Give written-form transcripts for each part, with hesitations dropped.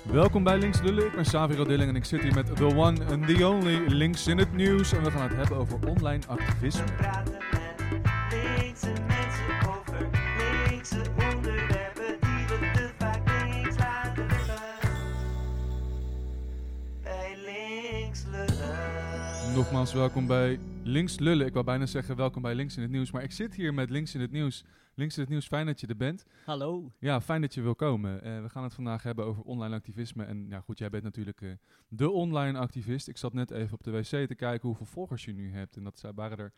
Welkom bij Links Lullen, ik ben Xavier Rodilling en ik zit hier met the one and the only Links in het nieuws. En we gaan het hebben over online activisme. Praten met linkse mensen over linkse onderwerpen die we te vaak links laten liggen. Bij Links Lullen. Nogmaals welkom bij Links Lullen. Ik wou bijna zeggen welkom bij Links in het nieuws, maar ik zit hier met Links in het nieuws. Links in het nieuws, fijn dat je er bent. Hallo. Ja, fijn dat je wil komen. We gaan het vandaag hebben over online activisme. En ja, goed, jij bent natuurlijk de online activist. Ik zat net even op de wc te kijken hoeveel volgers je nu hebt. En dat waren er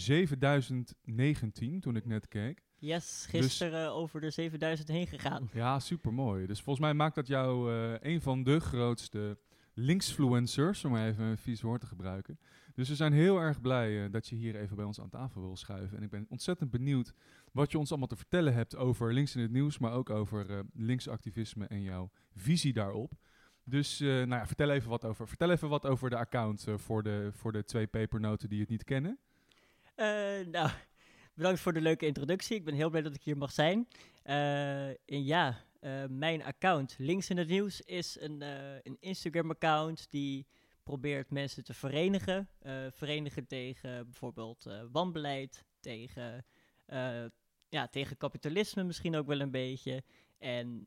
7019 toen ik net keek. Yes, gisteren over de 7000 heen gegaan. Ja, supermooi. Dus volgens mij maakt dat jou een van de grootste linksfluencers, om maar even een vies woord te gebruiken. Dus we zijn heel erg blij dat je hier even bij ons aan tafel wil schuiven. En ik ben ontzettend benieuwd wat je ons allemaal te vertellen hebt over links in het nieuws, maar ook over linksactivisme en jouw visie daarop. Dus vertel even wat over de account voor de twee pepernoten die het niet kennen. Bedankt voor de leuke introductie. Ik ben heel blij dat ik hier mag zijn. Mijn account, Links in het Nieuws, is een Instagram-account die probeert mensen te verenigen. Verenigen tegen bijvoorbeeld wanbeleid, tegen kapitalisme misschien ook wel een beetje. En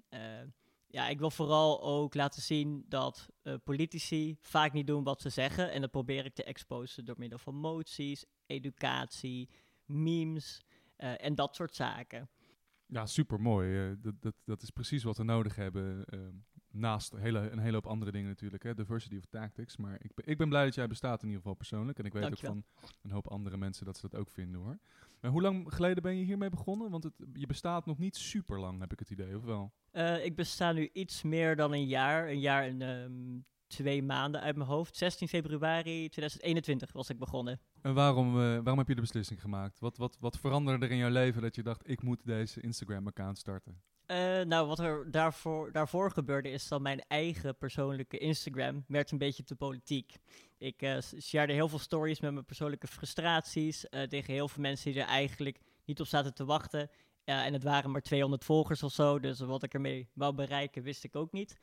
ik wil vooral ook laten zien dat politici vaak niet doen wat ze zeggen. En dat probeer ik te exposen door middel van moties, educatie, memes en dat soort zaken. Ja, supermooi. Dat is precies wat we nodig hebben. Naast een hele hoop andere dingen natuurlijk. Hè? Diversity of tactics. Maar ik ben blij dat jij bestaat in ieder geval persoonlijk. En ik weet Dankjewel. ook van een hoop andere mensen dat ze dat ook vinden hoor. Maar hoe lang geleden ben je hiermee begonnen? Want je bestaat nog niet super lang, heb ik het idee, of wel? Ik besta nu iets meer dan een jaar. Een jaar en 2 maanden uit mijn hoofd. 16 februari 2021 was ik begonnen. En waarom heb je de beslissing gemaakt? Wat veranderde er in jouw leven dat je dacht, ik moet deze Instagram-account starten? Wat er daarvoor gebeurde is dat mijn eigen persoonlijke Instagram werd een beetje te politiek. Ik shared heel veel stories met mijn persoonlijke frustraties tegen heel veel mensen die er eigenlijk niet op zaten te wachten. En het waren maar 200 volgers of zo, dus wat ik ermee wou bereiken wist ik ook niet.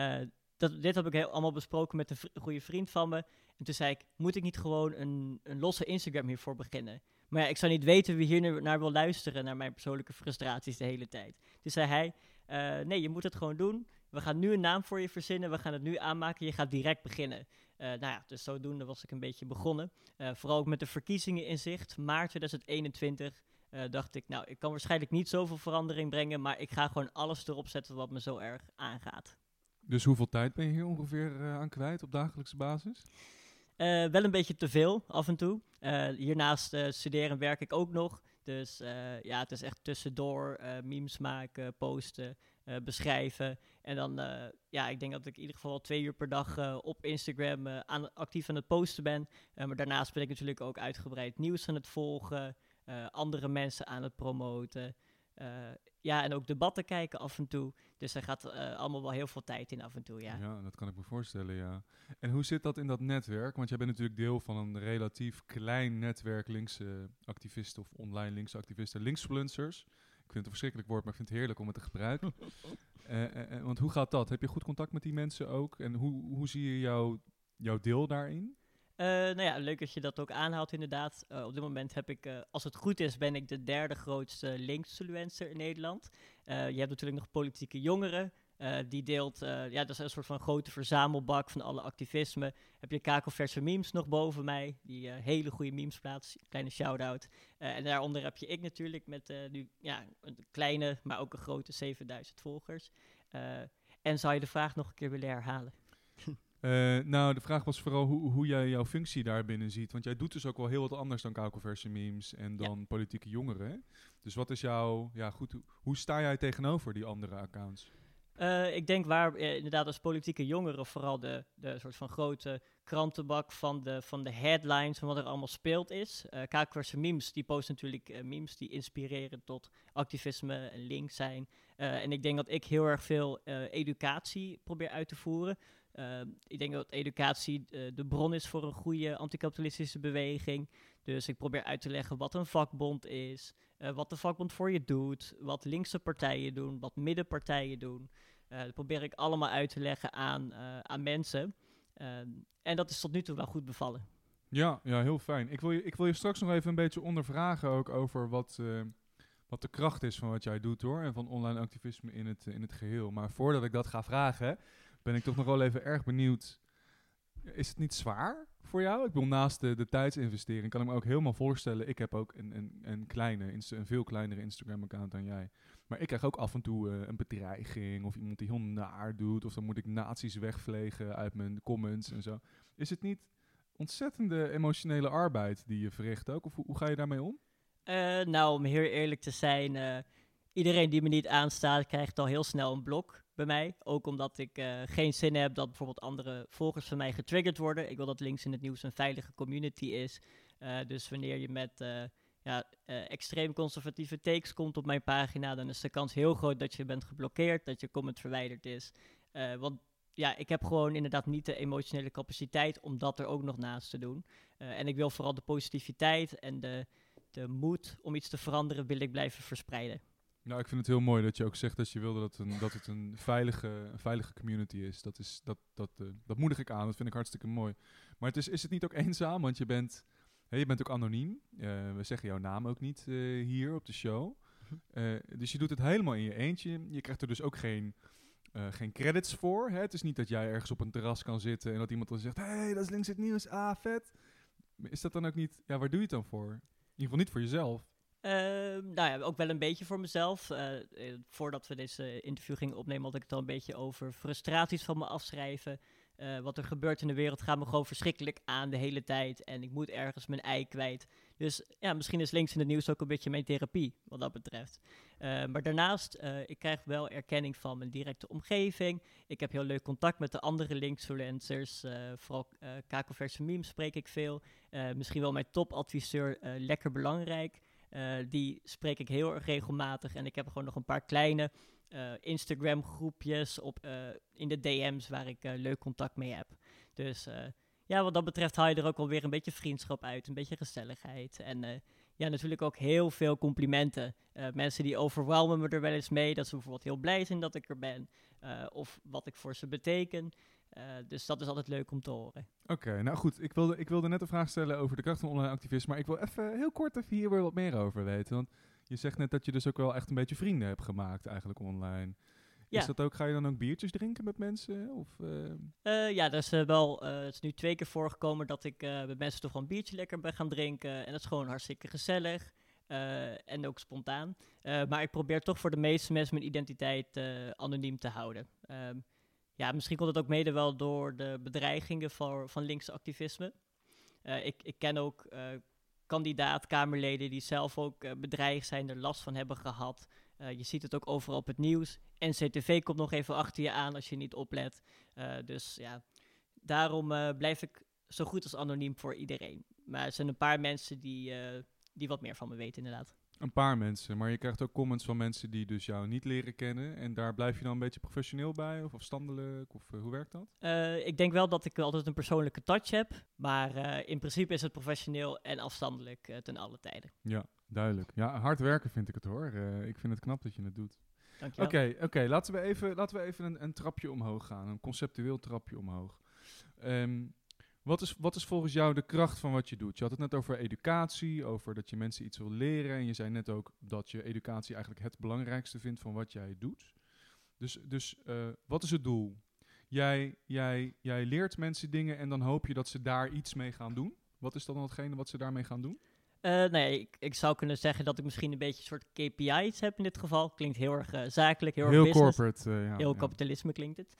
Dit heb ik allemaal besproken met een goede vriend van me. En toen zei ik, moet ik niet gewoon een losse Instagram hiervoor beginnen? Maar ja, ik zou niet weten wie hier naar wil luisteren, naar mijn persoonlijke frustraties de hele tijd. Dus zei hij, nee, je moet het gewoon doen. We gaan nu een naam voor je verzinnen, we gaan het nu aanmaken, je gaat direct beginnen. Dus zodoende was ik een beetje begonnen. Vooral ook met de verkiezingen in zicht, maart 2021. Dacht ik, ik kan waarschijnlijk niet zoveel verandering brengen, maar ik ga gewoon alles erop zetten wat me zo erg aangaat. Dus hoeveel tijd ben je hier ongeveer aan kwijt op dagelijkse basis? Wel een beetje te veel af en toe. Hiernaast studeren werk ik ook nog. Dus het is echt tussendoor memes maken, posten, beschrijven. En dan, ik denk dat ik in ieder geval 2 uur per dag op Instagram actief aan het posten ben. Maar daarnaast ben ik natuurlijk ook uitgebreid nieuws aan het volgen. Andere mensen aan het promoten. En ook debatten kijken af en toe. Dus er gaat allemaal wel heel veel tijd in af en toe, ja. Ja, dat kan ik me voorstellen, ja. En hoe zit dat in dat netwerk? Want jij bent natuurlijk deel van een relatief klein netwerk linkse activisten of online linkse activisten, linksfluencers. Ik vind het een verschrikkelijk woord, maar ik vind het heerlijk om het te gebruiken. Want hoe gaat dat? Heb je goed contact met die mensen ook? En hoe zie je jouw deel daarin? Leuk dat je dat ook aanhaalt inderdaad. Op dit moment heb ik, als het goed is, ben ik de 3e grootste linksfluencer in Nederland. Je hebt natuurlijk nog politieke jongeren. Die deelt, dat is een soort van grote verzamelbak van alle activisme. Heb je kakelverse memes nog boven mij, die hele goede memes plaatst. Kleine shout-out. En daaronder heb je ik natuurlijk met een kleine, maar ook een grote 7000 volgers. En zou je de vraag nog een keer willen herhalen? De vraag was vooral hoe jij jouw functie daarbinnen ziet. Want jij doet dus ook wel heel wat anders dan kakelverse memes en dan politieke jongeren. Hè? Dus wat is hoe sta jij tegenover die andere accounts? Ik denk inderdaad als politieke jongeren vooral de soort van grote krantenbak van de headlines van wat er allemaal speelt is. Kakelverse memes, die posten natuurlijk memes die inspireren tot activisme en link zijn. En ik denk dat ik heel erg veel educatie probeer uit te voeren. Ik denk dat educatie de bron is voor een goede anticapitalistische beweging. Dus ik probeer uit te leggen wat een vakbond is, wat de vakbond voor je doet, wat linkse partijen doen, wat middenpartijen doen. Dat probeer ik allemaal uit te leggen aan mensen. En dat is tot nu toe wel goed bevallen. Ja, heel fijn. Ik wil je straks nog even een beetje ondervragen ook over wat de kracht is van wat jij doet hoor. En van online activisme in het geheel. Maar voordat ik dat ga vragen, ben ik toch nog wel even erg benieuwd. Is het niet zwaar voor jou? Ik bedoel, naast de tijdsinvestering kan ik me ook helemaal voorstellen. Ik heb ook een veel kleinere Instagram-account dan jij. Maar ik krijg ook af en toe een bedreiging of iemand die heel naar doet. Of dan moet ik nazi's wegvegen uit mijn comments en zo. Is het niet ontzettende emotionele arbeid die je verricht ook? Of hoe ga je daarmee om? Nou, om heel eerlijk te zijn, iedereen die me niet aanstaat krijgt al heel snel een blok bij mij. Ook omdat ik geen zin heb dat bijvoorbeeld andere volgers van mij getriggerd worden. Ik wil dat Links in het Nieuws een veilige community is. Dus wanneer je met extreem conservatieve takes komt op mijn pagina, dan is de kans heel groot dat je bent geblokkeerd, dat je comment verwijderd is. Want ja, ik heb gewoon inderdaad niet de emotionele capaciteit om dat er ook nog naast te doen. En ik wil vooral de positiviteit en de moed om iets te veranderen wil ik blijven verspreiden. Nou, ik vind het heel mooi dat je ook zegt dat je wilde dat het een veilige community is. Dat moedig ik aan, dat vind ik hartstikke mooi. Maar is het niet ook eenzaam? Want je bent ook anoniem. We zeggen jouw naam ook niet hier op de show. Dus je doet het helemaal in je eentje. Je krijgt er dus ook geen credits voor. Hè? Het is niet dat jij ergens op een terras kan zitten en dat iemand dan zegt, hey, dat is Links in het Nieuws, vet. Is dat dan ook niet, waar doe je het dan voor? In ieder geval niet voor jezelf. Nou ja, ook wel een beetje voor mezelf. Voordat we deze interview gingen opnemen, had ik het al een beetje over frustraties van me afschrijven. Wat er gebeurt in de wereld gaat me gewoon verschrikkelijk aan de hele tijd. En ik moet ergens mijn ei kwijt. Dus ja, misschien is Links in het Nieuws ook een beetje mijn therapie, wat dat betreft. Maar daarnaast, ik krijg wel erkenning van mijn directe omgeving. Ik heb heel leuk contact met de andere linksfluencers. Vooral Kakelverse Memes spreek ik veel. Misschien wel mijn topadviseur, Lekker Belangrijk. Die spreek ik heel erg regelmatig. En ik heb gewoon nog een paar kleine Instagram groepjes in de DM's waar ik leuk contact mee heb. Dus ja, wat dat betreft haal je er ook alweer een beetje vriendschap uit, een beetje gezelligheid. En ja, natuurlijk ook heel veel complimenten. Mensen die overwhelmen me er wel eens mee, dat ze bijvoorbeeld heel blij zijn dat ik er ben. Of wat ik voor ze beteken. Dus dat is altijd leuk om te horen. Oké, nou goed. Ik wilde net een vraag stellen over de kracht van online activisme. Maar ik wil even heel kort hier weer wat meer over weten. Want je zegt net dat je dus ook wel echt een beetje vrienden hebt gemaakt eigenlijk online. Ja. Is dat ook, ga je dan ook biertjes drinken met mensen? Of, Ja, dat is wel. Het is nu 2 keer voorgekomen dat ik met mensen toch wel een biertje lekker ben gaan drinken. En dat is gewoon hartstikke gezellig. En ook spontaan. Maar ik probeer toch voor de meeste mensen mijn identiteit anoniem te houden. Ja, misschien komt het ook mede wel door de bedreigingen van linkse activisme. Ik ken ook kandidaat-Kamerleden die zelf ook bedreigd zijn, er last van hebben gehad. Je ziet het ook overal op het nieuws. NCTV komt nog even achter je aan als je niet oplet. Dus ja, daarom blijf ik zo goed als anoniem voor iedereen. Maar er zijn een paar mensen die wat meer van me weten inderdaad. een paar mensen, maar je krijgt ook comments van mensen die dus jou niet leren kennen. En daar blijf je dan een beetje professioneel bij of afstandelijk? Of hoe werkt dat? Ik denk wel dat ik altijd een persoonlijke touch heb. Maar in principe is het professioneel en afstandelijk ten alle tijden. Ja, duidelijk. Ja, hard werken vind ik het hoor. Ik vind het knap dat je het doet. Dankjewel. Oké. Laten we even een trapje omhoog gaan. Een conceptueel trapje omhoog. Wat is volgens jou de kracht van wat je doet? Je had het net over educatie, over dat je mensen iets wil leren. En je zei net ook dat je educatie eigenlijk het belangrijkste vindt van wat jij doet. Dus wat is het doel? Jij leert mensen dingen en dan hoop je dat ze daar iets mee gaan doen. Wat is dan hetgene wat ze daarmee gaan doen? Nee, ik zou kunnen zeggen dat ik misschien een beetje een soort KPI's heb in dit geval. Klinkt heel erg zakelijk, heel erg Heel business. corporate. Heel kapitalisme klinkt het.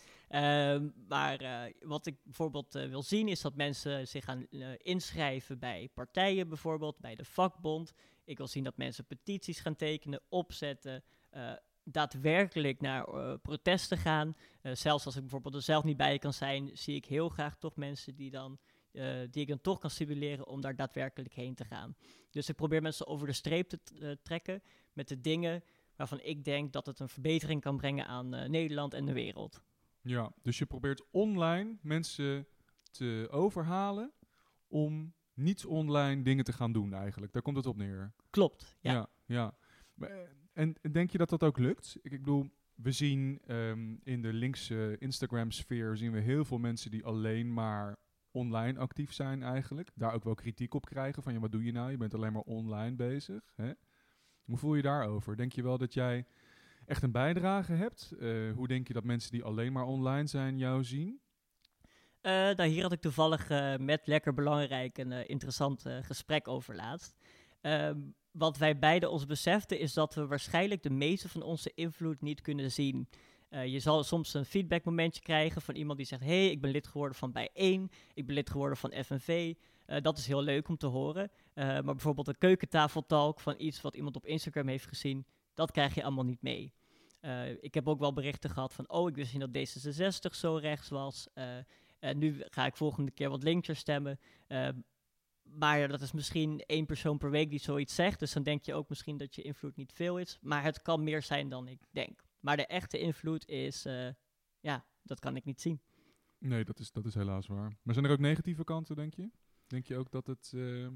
Maar wat ik bijvoorbeeld wil zien is dat mensen zich gaan inschrijven bij partijen bijvoorbeeld, bij de vakbond. Ik wil zien dat mensen petities gaan tekenen, opzetten, daadwerkelijk naar protesten gaan. Zelfs als ik bijvoorbeeld er zelf niet bij kan zijn, zie ik heel graag toch mensen die ik dan toch kan stimuleren om daar daadwerkelijk heen te gaan. Dus ik probeer mensen over de streep te trekken met de dingen waarvan ik denk dat het een verbetering kan brengen aan Nederland en de wereld. Ja, dus je probeert online mensen te overhalen om niet online dingen te gaan doen eigenlijk. Daar komt het op neer. Klopt, ja. Ja. En denk je dat dat ook lukt? Ik bedoel, we zien in de linkse Instagram-sfeer zien we heel veel mensen die alleen maar online actief zijn eigenlijk. Daar ook wel kritiek op krijgen van, ja, wat doe je nou? Je bent alleen maar online bezig. Hè? Hoe voel je daarover? Denk je wel dat jij echt een bijdrage hebt? Hoe denk je dat mensen die alleen maar online zijn jou zien? Nou, hier had ik toevallig met Lekker Belangrijk een interessant gesprek over laatst. Wat wij beiden ons beseften is dat we waarschijnlijk de meeste van onze invloed niet kunnen zien. Je zal soms een feedbackmomentje krijgen van iemand die zegt: hey, ik ben lid geworden van Bijeen, ik ben lid geworden van FNV. Dat is heel leuk om te horen. Maar bijvoorbeeld een keukentafeltalk van iets wat iemand op Instagram heeft gezien, dat krijg je allemaal niet mee. Ik heb ook wel berichten gehad van: oh, ik wist niet dat D66 zo rechts was. Nu ga ik volgende keer wat linkser stemmen. Maar ja, dat is misschien 1 persoon per week die zoiets zegt. Dus dan denk je ook misschien dat je invloed niet veel is. Maar het kan meer zijn dan ik denk. Maar de echte invloed is, dat kan ik niet zien. Nee, dat is helaas waar. Maar zijn er ook negatieve kanten, denk je? Denk je ook dat het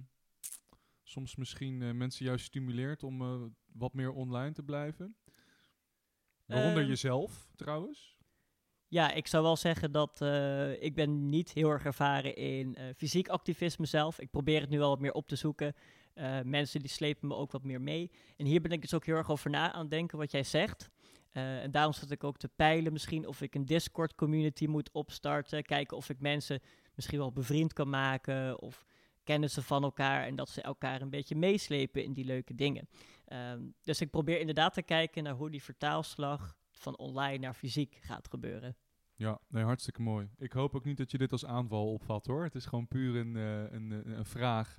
soms misschien mensen juist stimuleert om wat meer online te blijven? Waaronder jezelf, trouwens? Ja, ik zou wel zeggen dat ik ben niet heel erg ervaren in fysiek activisme zelf. Ik probeer het nu wel wat meer op te zoeken. Mensen die slepen me ook wat meer mee. En hier ben ik dus ook heel erg over na aan het denken wat jij zegt. En daarom zat ik ook te peilen misschien of ik een Discord community moet opstarten. Kijken of ik mensen misschien wel bevriend kan maken of kennissen van elkaar. En dat ze elkaar een beetje meeslepen in die leuke dingen. Dus ik probeer inderdaad te kijken naar hoe die vertaalslag van online naar fysiek gaat gebeuren. Ja, nee, hartstikke mooi. Ik hoop ook niet dat je dit als aanval opvat, hoor. Het is gewoon puur een vraag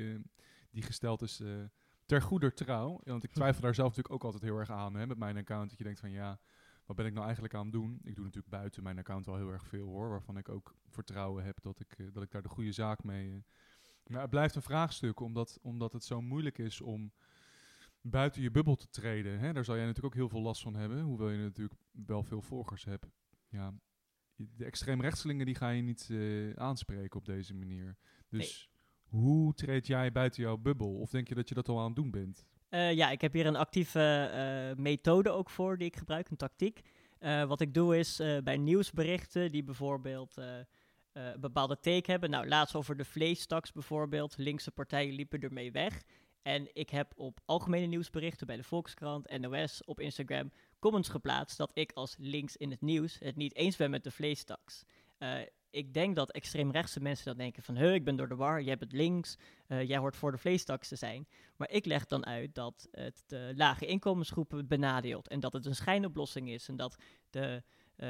die gesteld is ter goeder trouw. Want ik twijfel daar zelf natuurlijk ook altijd heel erg aan, hè, met mijn account. Dat je denkt van, ja, wat ben ik nou eigenlijk aan het doen? Ik doe natuurlijk buiten mijn account wel heel erg veel, hoor. Waarvan ik ook vertrouwen heb dat ik daar de goede zaak mee... Maar het blijft een vraagstuk, omdat het zo moeilijk is om buiten je bubbel te treden. Hè? Daar zal jij natuurlijk ook heel veel last van hebben, hoewel je natuurlijk wel veel volgers hebt. Ja, de extreemrechtselingen die ga je niet aanspreken op deze manier. Dus hoe treed jij buiten jouw bubbel? Of denk je dat je dat al aan het doen bent? Ja, ik heb hier een actieve methode ook voor die ik gebruik, een tactiek. Wat ik doe is bij nieuwsberichten die bijvoorbeeld een bepaalde take hebben. Nou, laatst over de vleestaks bijvoorbeeld. Linkse partijen liepen ermee weg. En ik heb op algemene nieuwsberichten bij de Volkskrant, NOS, op Instagram comments geplaatst dat ik als links in het nieuws het niet eens ben met de vleestaks. Ik denk dat extreemrechtse mensen dan denken van, ik ben door de war, jij bent links, jij hoort voor de vleestaks te zijn. Maar ik leg dan uit dat het de lage inkomensgroepen benadeelt en dat het een schijnoplossing is en dat de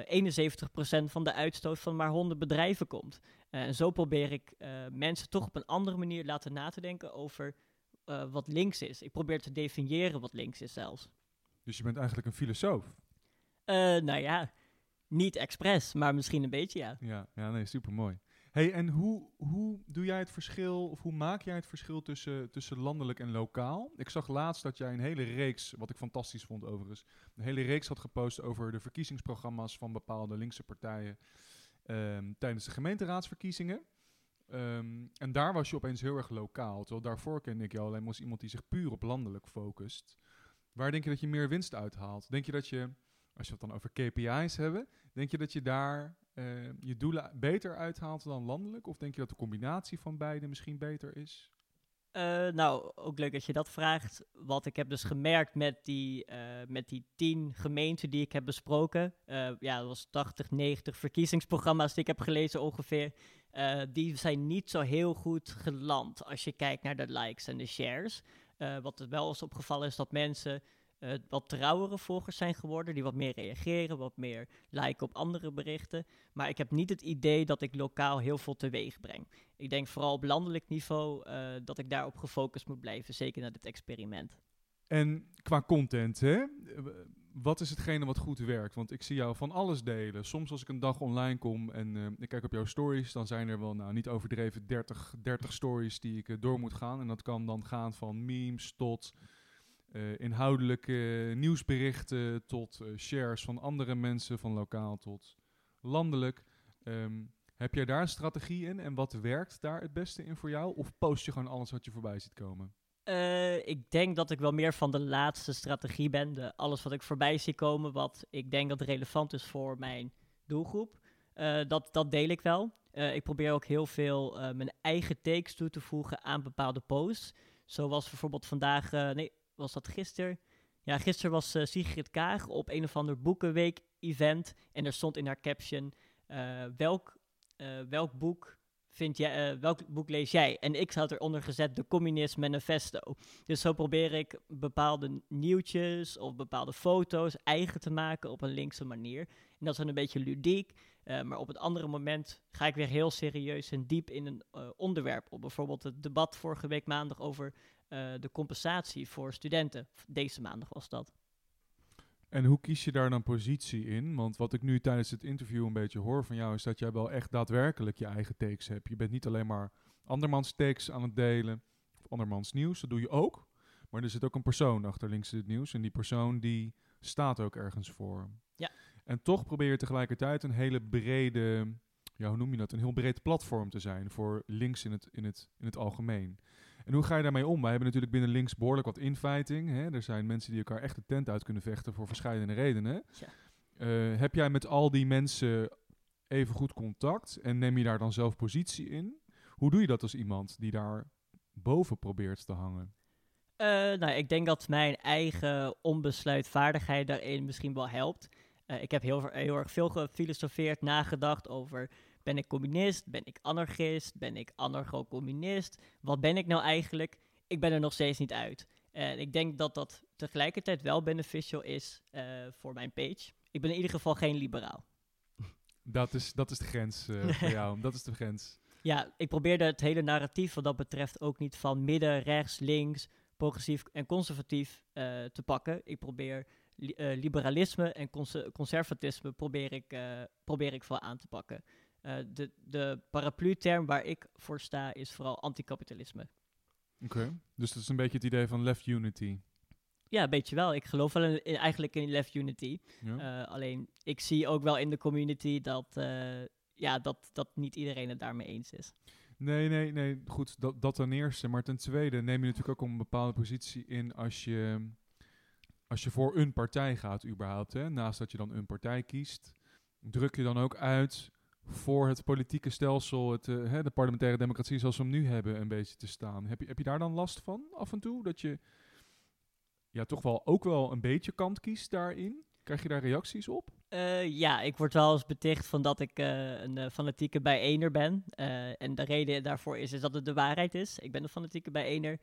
71% van de uitstoot van maar 100 bedrijven komt. En zo probeer ik mensen toch op een andere manier laten na te denken over wat links is. Ik probeer te definiëren wat links is zelfs. Dus je bent eigenlijk een filosoof? Nou ja, niet expres, maar misschien een beetje, ja. Ja, nee, supermooi. Hey, en hoe doe jij het verschil, of hoe maak jij het verschil tussen landelijk en lokaal? Ik zag laatst dat jij een hele reeks, wat ik fantastisch vond overigens, een hele reeks had gepost over de verkiezingsprogramma's van bepaalde linkse partijen tijdens de gemeenteraadsverkiezingen. En daar was je opeens heel erg lokaal. Terwijl daarvoor kende ik jou alleen maar als iemand die zich puur op landelijk focust. Waar denk je dat je meer winst uithaalt? Denk je dat je, als je het dan over KPI's hebben, denk je dat je daar je doelen beter uithaalt dan landelijk? Of denk je dat de combinatie van beide misschien beter is? Nou, ook leuk dat je dat vraagt. Wat ik heb dus gemerkt met die 10 gemeenten die ik heb besproken. Dat was 80, 90 verkiezingsprogramma's die ik heb gelezen ongeveer. Die zijn niet zo heel goed geland als je kijkt naar de likes en de shares. Wat er wel is opgevallen is dat mensen wat trouwere volgers zijn geworden. Die wat meer reageren, wat meer liken op andere berichten. Maar ik heb niet het idee dat ik lokaal heel veel teweeg breng. Ik denk vooral op landelijk niveau dat ik daarop gefocust moet blijven. Zeker na dit experiment. En qua content, hè? Wat is hetgene wat goed werkt? Want ik zie jou van alles delen. Soms als ik een dag online kom en ik kijk op jouw stories, dan zijn er wel, nou niet overdreven, 30 stories die ik door moet gaan. En dat kan dan gaan van memes tot inhoudelijke nieuwsberichten tot shares van andere mensen, van lokaal tot landelijk. Heb jij daar een strategie in en wat werkt daar het beste in voor jou? Of post je gewoon alles wat je voorbij ziet komen? Ik denk dat ik wel meer van de laatste strategie ben. Alles wat ik voorbij zie komen, wat ik denk dat relevant is voor mijn doelgroep. Dat deel ik wel. Ik probeer ook heel veel mijn eigen takes toe te voegen aan bepaalde posts. Zoals bijvoorbeeld vandaag, nee, was dat gisteren? Ja, gisteren was Sigrid Kaag op een of ander boekenweek-event. En er stond in haar caption, welk boek welk boek lees jij? En ik had eronder gezet de Communist Manifesto. Dus zo probeer ik bepaalde nieuwtjes of bepaalde foto's eigen te maken op een linkse manier. En dat is dan een beetje ludiek. Maar op het andere moment ga ik weer heel serieus en diep in een onderwerp op. Bijvoorbeeld het debat vorige week maandag over de compensatie voor studenten. Deze maandag was dat. En hoe kies je daar dan positie in? Want wat ik nu tijdens het interview een beetje hoor van jou, is dat jij wel echt daadwerkelijk je eigen takes hebt. Je bent niet alleen maar andermans takes aan het delen, of andermans nieuws, dat doe je ook. Maar er zit ook een persoon achter links in het nieuws. En die persoon die staat ook ergens voor. Ja. En toch probeer je tegelijkertijd een hele brede, ja, hoe noem je dat? Een heel breed platform te zijn voor links in het algemeen. En hoe ga je daarmee om? Wij hebben natuurlijk binnen links behoorlijk wat infighting. Hè? Er zijn mensen die elkaar echt de tent uit kunnen vechten voor verschillende redenen. Ja. Heb jij met al die mensen even goed contact en neem je daar dan zelf positie in? Hoe doe je dat als iemand die daar boven probeert te hangen? Nou, ik denk dat mijn eigen onbesluitvaardigheid daarin misschien wel helpt. Ik heb heel erg veel gefilosofeerd, nagedacht over... Ben ik communist? Ben ik anarchist? Ben ik anarcho-communist? Wat ben ik nou eigenlijk? Ik ben er nog steeds niet uit. En ik denk dat dat tegelijkertijd wel beneficial is voor mijn page. Ik ben in ieder geval geen liberaal. Dat is de grens voor jou. Dat is de grens. Ja, ik probeerde het hele narratief wat dat betreft ook niet van midden, rechts, links, progressief en conservatief te pakken. Ik probeer liberalisme en conservatisme probeer ik vooral aan te pakken. De paraplu-term waar ik voor sta is vooral anticapitalisme. Oké. Dus dat is een beetje het idee van left unity. Ja, een beetje wel. Ik geloof wel eigenlijk in left unity. Ja. Alleen, ik zie ook wel in de community dat niet iedereen het daarmee eens is. Nee. Goed, dat ten eerste. Maar ten tweede neem je natuurlijk ook een bepaalde positie in als je voor een partij gaat überhaupt. Hè? Naast dat je dan een partij kiest, druk je dan ook uit voor het politieke stelsel, de parlementaire democratie zoals we hem nu hebben, een beetje te staan. Heb je daar dan last van af en toe? Dat je toch wel ook wel een beetje kant kiest daarin? Krijg je daar reacties op? Ja, ik word wel eens beticht van dat ik een fanatieke bijeener ben. En de reden daarvoor is dat het de waarheid is. Ik ben een fanatieke bijeener.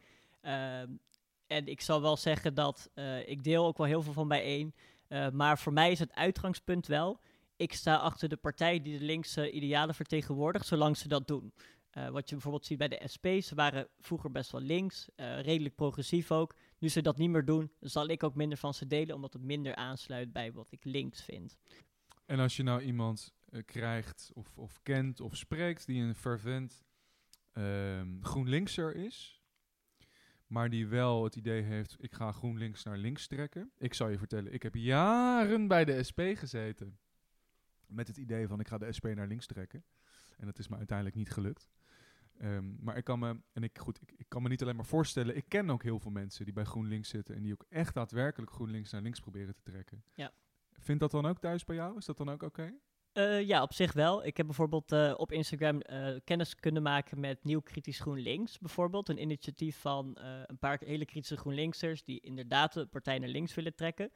En ik zal wel zeggen dat ik deel ook wel heel veel van bijeen. Maar voor mij is het uitgangspunt wel... Ik sta achter de partij die de linkse idealen vertegenwoordigt, zolang ze dat doen. Wat je bijvoorbeeld ziet bij de SP, ze waren vroeger best wel links, redelijk progressief ook. Nu ze dat niet meer doen, zal ik ook minder van ze delen, omdat het minder aansluit bij wat ik links vind. En als je nou iemand krijgt of kent of spreekt die een fervent GroenLinkser is, maar die wel het idee heeft, ik ga GroenLinks naar links trekken. Ik zal je vertellen, ik heb jaren bij de SP gezeten. Met het idee van ik ga de SP naar links trekken. En dat is me uiteindelijk niet gelukt. Maar ik kan me niet alleen maar voorstellen. Ik ken ook heel veel mensen die bij GroenLinks zitten. En die ook echt daadwerkelijk GroenLinks naar links proberen te trekken. Ja. Vindt dat dan ook thuis bij jou? Is dat dan ook oké? Ja, op zich wel. Ik heb bijvoorbeeld op Instagram kennis kunnen maken met Nieuw Kritisch GroenLinks. Bijvoorbeeld een initiatief van een paar hele kritische GroenLinksers die inderdaad de partij naar links willen trekken.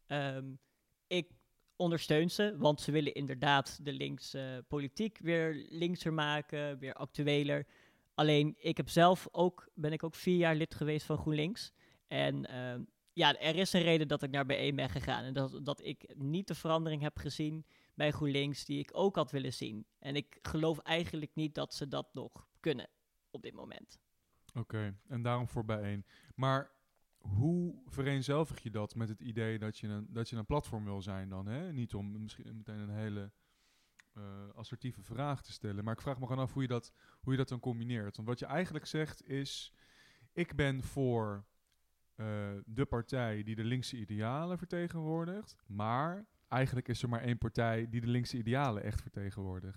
Ik ondersteun ze, want ze willen inderdaad de linkse politiek weer linkser maken, weer actueler. Alleen, ik heb ben ik ook 4 jaar lid geweest van GroenLinks. En er is een reden dat ik naar bijeen ben gegaan. En dat ik niet de verandering heb gezien bij GroenLinks die ik ook had willen zien. En ik geloof eigenlijk niet dat ze dat nog kunnen op dit moment. Oké, en daarom voor bijeen. Maar hoe vereenzelvig je dat met het idee dat je een platform wil zijn dan? Hè? Niet om misschien meteen een hele assertieve vraag te stellen. Maar ik vraag me gewoon af hoe je dat dan combineert. Want wat je eigenlijk zegt is, ik ben voor de partij die de linkse idealen vertegenwoordigt. Maar eigenlijk is er maar één partij die de linkse idealen echt vertegenwoordigt.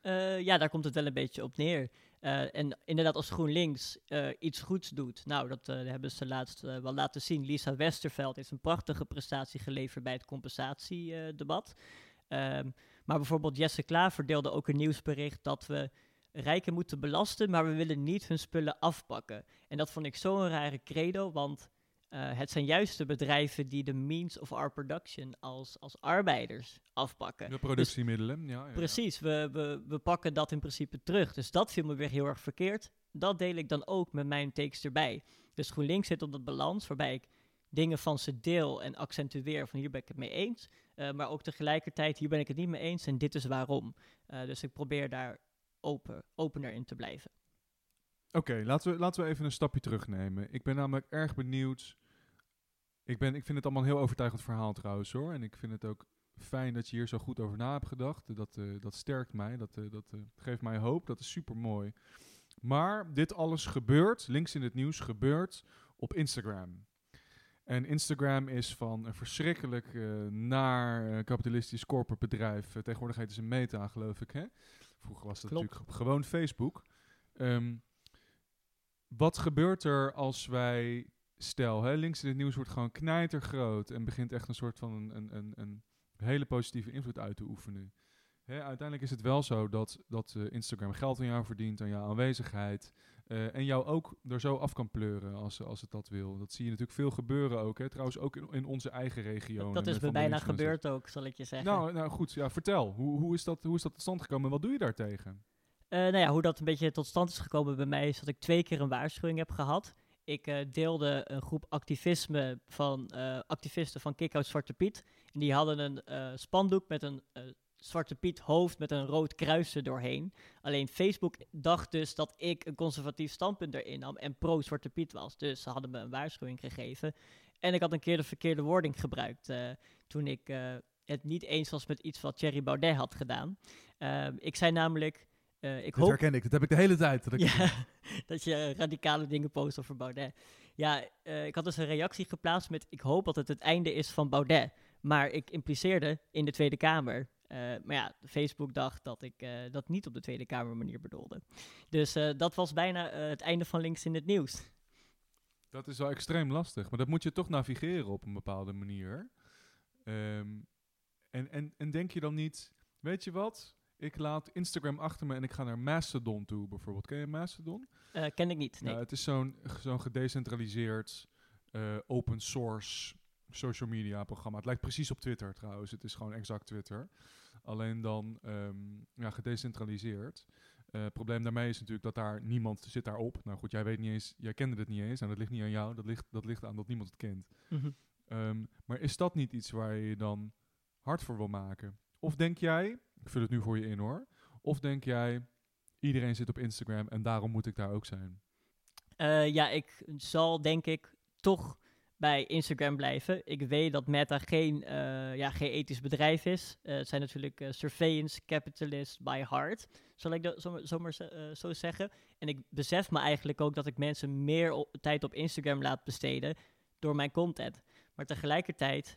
Ja, daar komt het wel een beetje op neer. En inderdaad, als GroenLinks iets goeds doet, nou, dat hebben ze laatst wel laten zien. Lisa Westerveld heeft een prachtige prestatie geleverd bij het compensatiedebat. Maar bijvoorbeeld Jesse Klaver deelde ook een nieuwsbericht dat we rijken moeten belasten, maar we willen niet hun spullen afpakken. En dat vond ik zo'n rare credo, want het zijn juist de bedrijven die de means of our production als arbeiders afpakken. De productiemiddelen, ja. Precies, we pakken dat in principe terug. Dus dat viel me weer heel erg verkeerd. Dat deel ik dan ook met mijn takes erbij. Dus GroenLinks zit op dat balans waarbij ik dingen van ze deel en accentueer van hier ben ik het mee eens. Maar ook tegelijkertijd hier ben ik het niet mee eens en dit is waarom. Dus ik probeer daar opener in te blijven. Oké, laten we even een stapje terugnemen. Ik ben namelijk erg benieuwd. Ik vind het allemaal een heel overtuigend verhaal trouwens hoor. En ik vind het ook fijn dat je hier zo goed over na hebt gedacht. Dat sterkt mij, dat geeft mij hoop. Dat is super mooi. Maar dit alles gebeurt, links in het nieuws, gebeurt op Instagram. En Instagram is van een verschrikkelijk naar kapitalistisch corporate bedrijf. Tegenwoordig heet het een Meta, geloof ik. Hè? Vroeger was dat natuurlijk gewoon Facebook. Wat gebeurt er als wij, stel, hè, links in het nieuws wordt gewoon knijtergroot en begint echt een soort van een hele positieve invloed uit te oefenen. Hè, uiteindelijk is het wel zo dat Instagram geld aan jou verdient, aan jouw aanwezigheid. En jou ook er zo af kan pleuren als het dat wil. Dat zie je natuurlijk veel gebeuren ook. Hè? Trouwens ook in onze eigen regio. Dat is me bijna gebeurd ook, zal ik je zeggen. Nou goed, ja, vertel. Hoe is dat tot stand gekomen en wat doe je daartegen? Nou ja, hoe dat een beetje tot stand is gekomen bij mij is dat ik 2 keer een waarschuwing heb gehad. Ik deelde een groep activisten van Kick Out Zwarte Piet. En die hadden een spandoek met een Zwarte Piet hoofd met een rood kruis er doorheen. Alleen Facebook dacht dus dat ik een conservatief standpunt erin nam en pro-Zwarte Piet was. Dus ze hadden me een waarschuwing gegeven. En ik had een keer de verkeerde wording gebruikt toen ik het niet eens was met iets wat Thierry Baudet had gedaan. Ik zei namelijk... dat herken ik, dat heb ik de hele tijd. Dat je radicale dingen post over Baudet. Ja, ik had dus een reactie geplaatst met... ik hoop dat het einde is van Baudet. Maar ik impliceerde in de Tweede Kamer. Maar ja, Facebook dacht dat ik dat niet op de Tweede Kamer manier bedoelde. Dus dat was bijna het einde van links in het nieuws. Dat is wel extreem lastig. Maar dat moet je toch navigeren op een bepaalde manier. En denk je dan niet... Weet je wat... Ik laat Instagram achter me en ik ga naar Mastodon toe, bijvoorbeeld. Ken je Mastodon? Ken ik niet, nee. Nou, het is zo'n gedecentraliseerd open source social media programma. Het lijkt precies op Twitter trouwens. Het is gewoon exact Twitter. Alleen dan gedecentraliseerd. Het probleem daarmee is natuurlijk dat daar niemand zit daarop. Nou goed, jij kende het niet eens. Nou, dat ligt niet aan jou. Dat ligt aan dat niemand het kent. Mm-hmm. Maar is dat niet iets waar je je dan hard voor wil maken? Of denk jij... Ik vul het nu voor je in hoor. Of denk jij, iedereen zit op Instagram en daarom moet ik daar ook zijn? Ja, ik zal denk ik toch bij Instagram blijven. Ik weet dat Meta geen ethisch bedrijf is. Het zijn natuurlijk surveillance capitalists by heart, zal ik zo zeggen. En ik besef me eigenlijk ook dat ik mensen meer tijd op Instagram laat besteden door mijn content. Maar tegelijkertijd...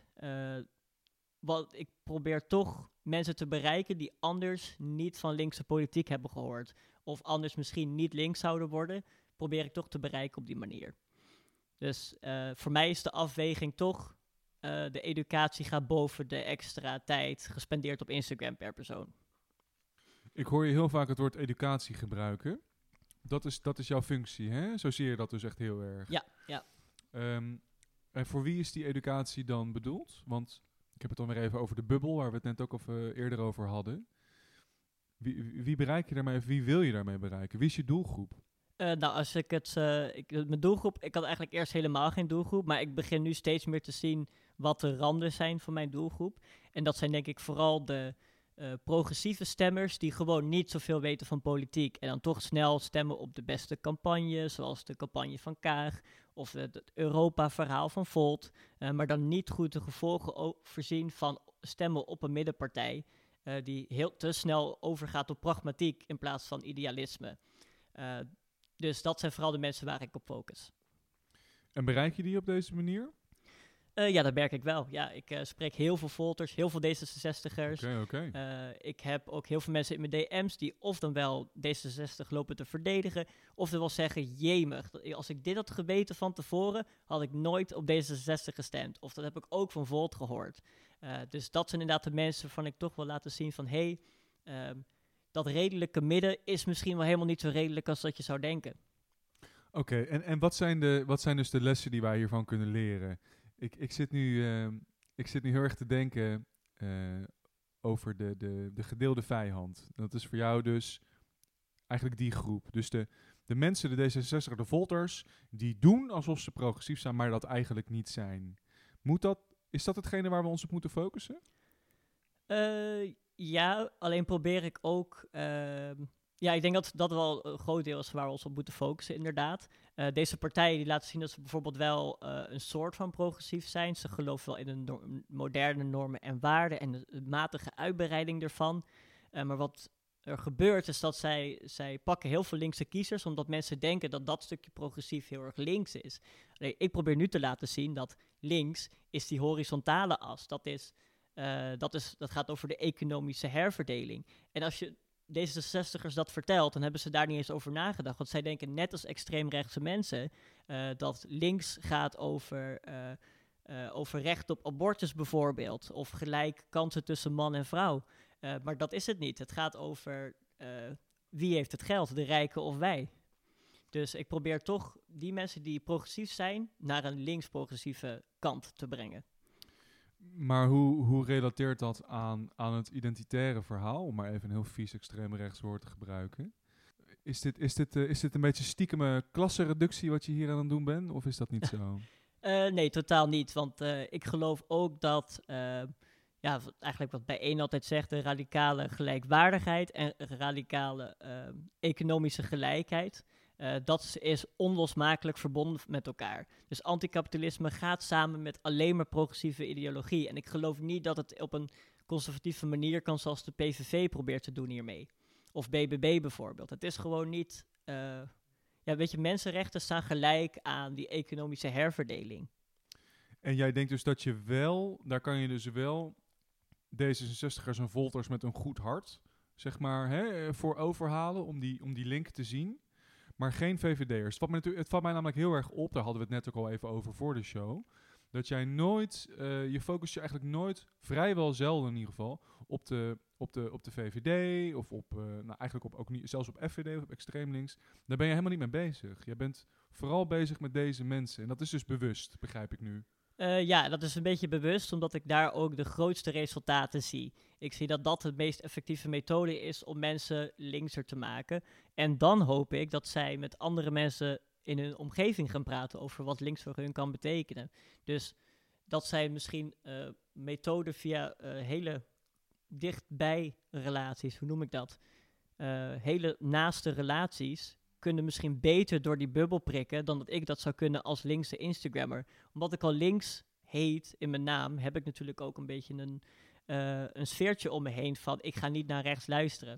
ik probeer toch mensen te bereiken die anders niet van linkse politiek hebben gehoord. Of anders misschien niet links zouden worden, probeer ik toch te bereiken op die manier. Dus voor mij is de afweging toch, de educatie gaat boven de extra tijd gespendeerd op Instagram per persoon. Ik hoor je heel vaak het woord educatie gebruiken. Dat is jouw functie, hè? Zo zie je dat dus echt heel erg. Ja. En voor wie is die educatie dan bedoeld? Want... Ik heb het dan weer even over de bubbel, waar we het net ook eerder over hadden. Wie bereik je daarmee of wie wil je daarmee bereiken? Wie is je doelgroep? Als ik mijn doelgroep... Ik had eigenlijk eerst helemaal geen doelgroep, maar ik begin nu steeds meer te zien wat de randen zijn van mijn doelgroep. En dat zijn denk ik vooral de progressieve stemmers die gewoon niet zoveel weten van politiek. En dan toch snel stemmen op de beste campagne, zoals de campagne van Kaag of het Europa-verhaal van Volt. Maar dan niet goed de gevolgen voorzien van stemmen op een middenpartij die heel te snel overgaat op pragmatiek in plaats van idealisme. Dus dat zijn vooral de mensen waar ik op focus. En bereik je die op deze manier? Ja, dat merk ik wel. Ja, ik spreek heel veel Volters, heel veel D66'ers. Oké. Ik heb ook heel veel mensen in mijn DM's die of dan wel D66 lopen te verdedigen, of dan wel zeggen, jemig, als ik dit had geweten van tevoren, had ik nooit op D66 gestemd. Of dat heb ik ook van Volt gehoord. Dus dat zijn inderdaad de mensen waarvan ik toch wil laten zien van, dat redelijke midden is misschien wel helemaal niet zo redelijk als dat je zou denken. Oké, en wat zijn dus de lessen die wij hiervan kunnen leren? Ik zit nu heel erg te denken over de gedeelde vijand. Dat is voor jou dus eigenlijk die groep. Dus de mensen, de D66, de Volters, die doen alsof ze progressief zijn, maar dat eigenlijk niet zijn. Is dat hetgene waar we ons op moeten focussen? Ja, alleen probeer ik ook... ja, ik denk dat dat wel een groot deel is waar we ons op moeten focussen, inderdaad. Deze partijen die laten zien dat ze bijvoorbeeld wel een soort van progressief zijn. Ze geloven wel in de moderne normen en waarden en de matige uitbreiding ervan. Maar wat er gebeurt is dat zij pakken heel veel linkse kiezers, omdat mensen denken dat dat stukje progressief heel erg links is. Allee, ik probeer nu te laten zien dat links is die horizontale as. Dat gaat over de economische herverdeling. En als je D66'ers dat vertelt, dan hebben ze daar niet eens over nagedacht. Want zij denken net als extreemrechtse mensen dat links gaat over recht op abortus bijvoorbeeld. Of gelijk kansen tussen man en vrouw. Maar dat is het niet. Het gaat over wie heeft het geld, de rijken of wij. Dus ik probeer toch die mensen die progressief zijn naar een links-progressieve kant te brengen. Maar hoe relateert dat aan het identitaire verhaal? Om maar even een heel vies extreem rechtswoord te gebruiken. Is dit een beetje stiekeme klassenreductie wat je hier aan het doen bent? Of is dat niet zo? Nee, totaal niet. Want ik geloof ook dat, eigenlijk wat bijeen altijd zegt, de radicale gelijkwaardigheid en radicale economische gelijkheid, dat is onlosmakelijk verbonden met elkaar. Dus anticapitalisme gaat samen met alleen maar progressieve ideologie. En ik geloof niet dat het op een conservatieve manier kan zoals de PVV probeert te doen hiermee. Of BBB bijvoorbeeld. Het is gewoon niet... mensenrechten staan gelijk aan die economische herverdeling. En jij denkt dus dat daar kan je dus wel D66'ers en Volters met een goed hart, zeg maar, voor overhalen om die link te zien. Maar geen VVD'ers. Het valt mij namelijk heel erg op, daar hadden we het net ook al even over voor de show, dat jij nooit, je focust je eigenlijk nooit, vrijwel zelden in ieder geval, op de VVD of eigenlijk ook niet, zelfs op FVD of op extreem links. Daar ben je helemaal niet mee bezig. Je bent vooral bezig met deze mensen. En dat is dus bewust, begrijp ik nu. Ja, dat is een beetje bewust, omdat ik daar ook de grootste resultaten zie. Ik zie dat dat de meest effectieve methode is om mensen linkser te maken. En dan hoop ik dat zij met andere mensen in hun omgeving gaan praten over wat links voor hun kan betekenen. Dus dat zij misschien methoden via hele dichtbij relaties, hoe noem ik dat? Hele naaste relaties kunnen misschien beter door die bubbel prikken dan dat ik dat zou kunnen als linkse Instagrammer. Omdat ik al links heet in mijn naam, heb ik natuurlijk ook een beetje een sfeertje om me heen van ik ga niet naar rechts luisteren.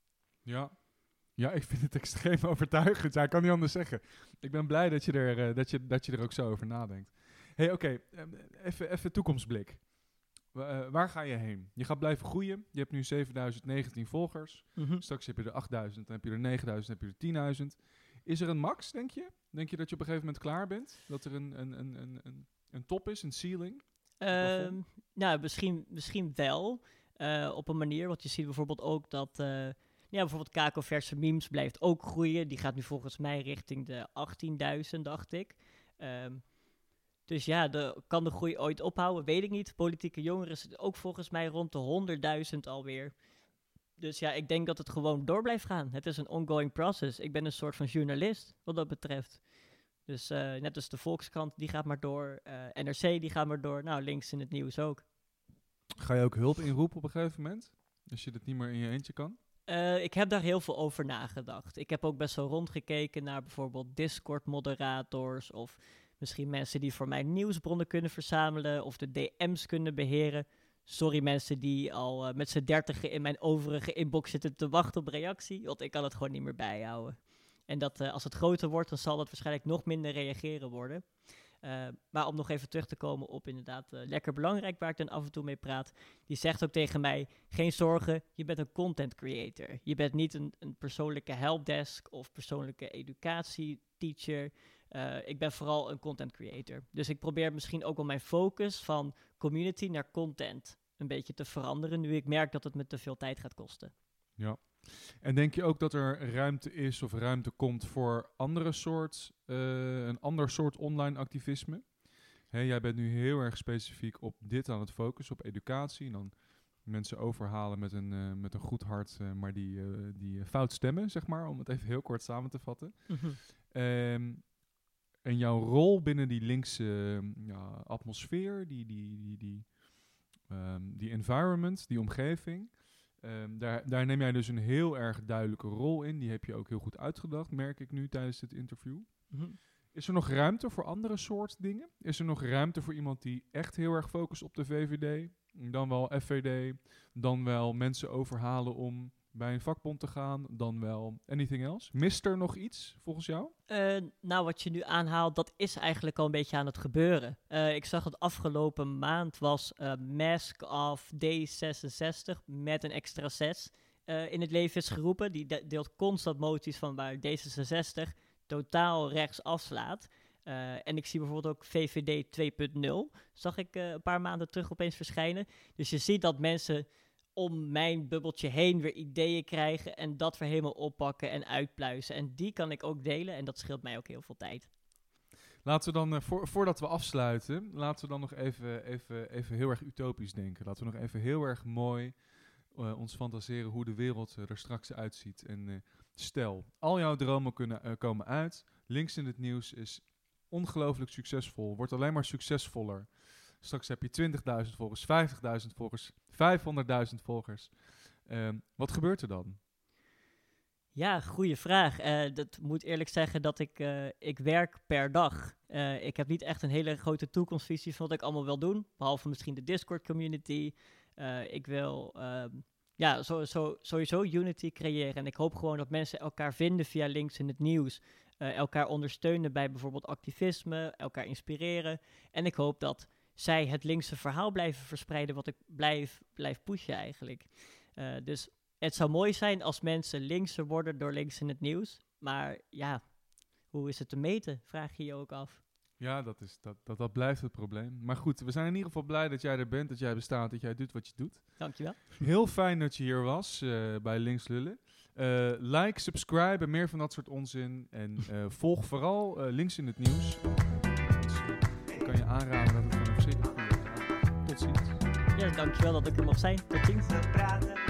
Ja, ik vind het extreem overtuigend. Ja, ik kan niet anders zeggen. Ik ben blij dat je er ook zo over nadenkt. Hey, oké, even toekomstblik. Waar ga je heen? Je gaat blijven groeien. Je hebt nu 7019 volgers. Mhm. Straks heb je er 8000, dan heb je er 9000, dan heb je er 10.000. Is er een max, denk je? Denk je dat je op een gegeven moment klaar bent? Dat er een top is, een ceiling? Nou, misschien wel. Op een manier, want je ziet bijvoorbeeld ook dat... bijvoorbeeld Kakoverse Memes blijft ook groeien. Die gaat nu volgens mij richting de 18.000, dacht ik. Dus ja, kan de groei ooit ophouden? Weet ik niet. Politieke jongeren zitten ook volgens mij rond de 100.000 alweer. Dus ja, ik denk dat het gewoon door blijft gaan. Het is een ongoing process. Ik ben een soort van journalist, wat dat betreft. Dus net als de Volkskrant, die gaat maar door. NRC, die gaat maar door. Nou, links in het nieuws ook. Ga je ook hulp inroepen op een gegeven moment? Als je dat niet meer in je eentje kan? Ik heb daar heel veel over nagedacht. Ik heb ook best wel rondgekeken naar bijvoorbeeld Discord-moderators of misschien mensen die voor mij nieuwsbronnen kunnen verzamelen of de DM's kunnen beheren. Sorry mensen die al met z'n 30 in mijn overige inbox zitten te wachten op reactie, want ik kan het gewoon niet meer bijhouden. En dat als het groter wordt, dan zal dat waarschijnlijk nog minder reageren worden. Maar om nog even terug te komen op inderdaad Lekker Belangrijk, waar ik dan af en toe mee praat. Die zegt ook tegen mij, geen zorgen, je bent een content creator. Je bent niet een persoonlijke helpdesk of persoonlijke educatieteacher. Ik ben vooral een content creator. Dus ik probeer misschien ook wel mijn focus van community naar content een beetje te veranderen, nu ik merk dat het me te veel tijd gaat kosten. Ja. En denk je ook dat er ruimte is of ruimte komt voor een ander soort online activisme? Jij bent nu heel erg specifiek op dit aan het focussen, op educatie. En dan mensen overhalen met een goed hart, maar die fout stemmen, zeg maar, om het even heel kort samen te vatten. En jouw rol binnen die linkse atmosfeer, die environment, die omgeving, daar neem jij dus een heel erg duidelijke rol in. Die heb je ook heel goed uitgedacht, merk ik nu tijdens dit interview. Is er nog ruimte voor andere soort dingen? Is er nog ruimte voor iemand die echt heel erg focust op de VVD, dan wel FVD, dan wel mensen overhalen om bij een vakbond te gaan, dan wel anything else? Mist er nog iets volgens jou? Nou, wat je nu aanhaalt, dat is eigenlijk al een beetje aan het gebeuren. Ik zag het afgelopen maand was Mask of D66 met een extra 6 in het leven is geroepen. Die deelt constant moties van waar D66 totaal rechts afslaat. En ik zie bijvoorbeeld ook VVD 2.0, zag ik een paar maanden terug opeens verschijnen. Dus je ziet dat mensen om mijn bubbeltje heen weer ideeën krijgen en dat weer helemaal oppakken en uitpluizen. En die kan ik ook delen en dat scheelt mij ook heel veel tijd. Laten we dan, voordat we afsluiten, laten we dan nog even heel erg utopisch denken. Laten we nog even heel erg mooi ons fantaseren hoe de wereld er straks uitziet. En stel, al jouw dromen komen uit. Links in het nieuws is ongelooflijk succesvol, wordt alleen maar succesvoller. Straks heb je 20.000 volgers, 50.000 volgers, 500.000 volgers. Wat gebeurt er dan? Ja, goede vraag. Dat moet eerlijk zeggen dat ik werk per dag. Ik heb niet echt een hele grote toekomstvisie van wat ik allemaal wil doen. Behalve misschien de Discord community. Ik wil sowieso unity creëren. En ik hoop gewoon dat mensen elkaar vinden via links in het nieuws. Elkaar ondersteunen bij bijvoorbeeld activisme. Elkaar inspireren. En ik hoop dat zij het linkse verhaal blijven verspreiden, wat ik blijf pushen eigenlijk. Dus het zou mooi zijn als mensen linkser worden door links in het nieuws. Maar ja, hoe is het te meten, vraag je je ook af. Ja, dat blijft het probleem. Maar goed, we zijn in ieder geval blij dat jij er bent, dat jij bestaat, dat jij doet wat je doet. Dankjewel. Heel fijn dat je hier was bij Links Lullen. Like, subscribe en meer van dat soort onzin. En volg vooral Links in het nieuws. Ik kan je aanraden dat het een verschrikkelijk goed is. Tot ziens. Ja, dankjewel dat ik er mocht zijn. Tot ziens. We praten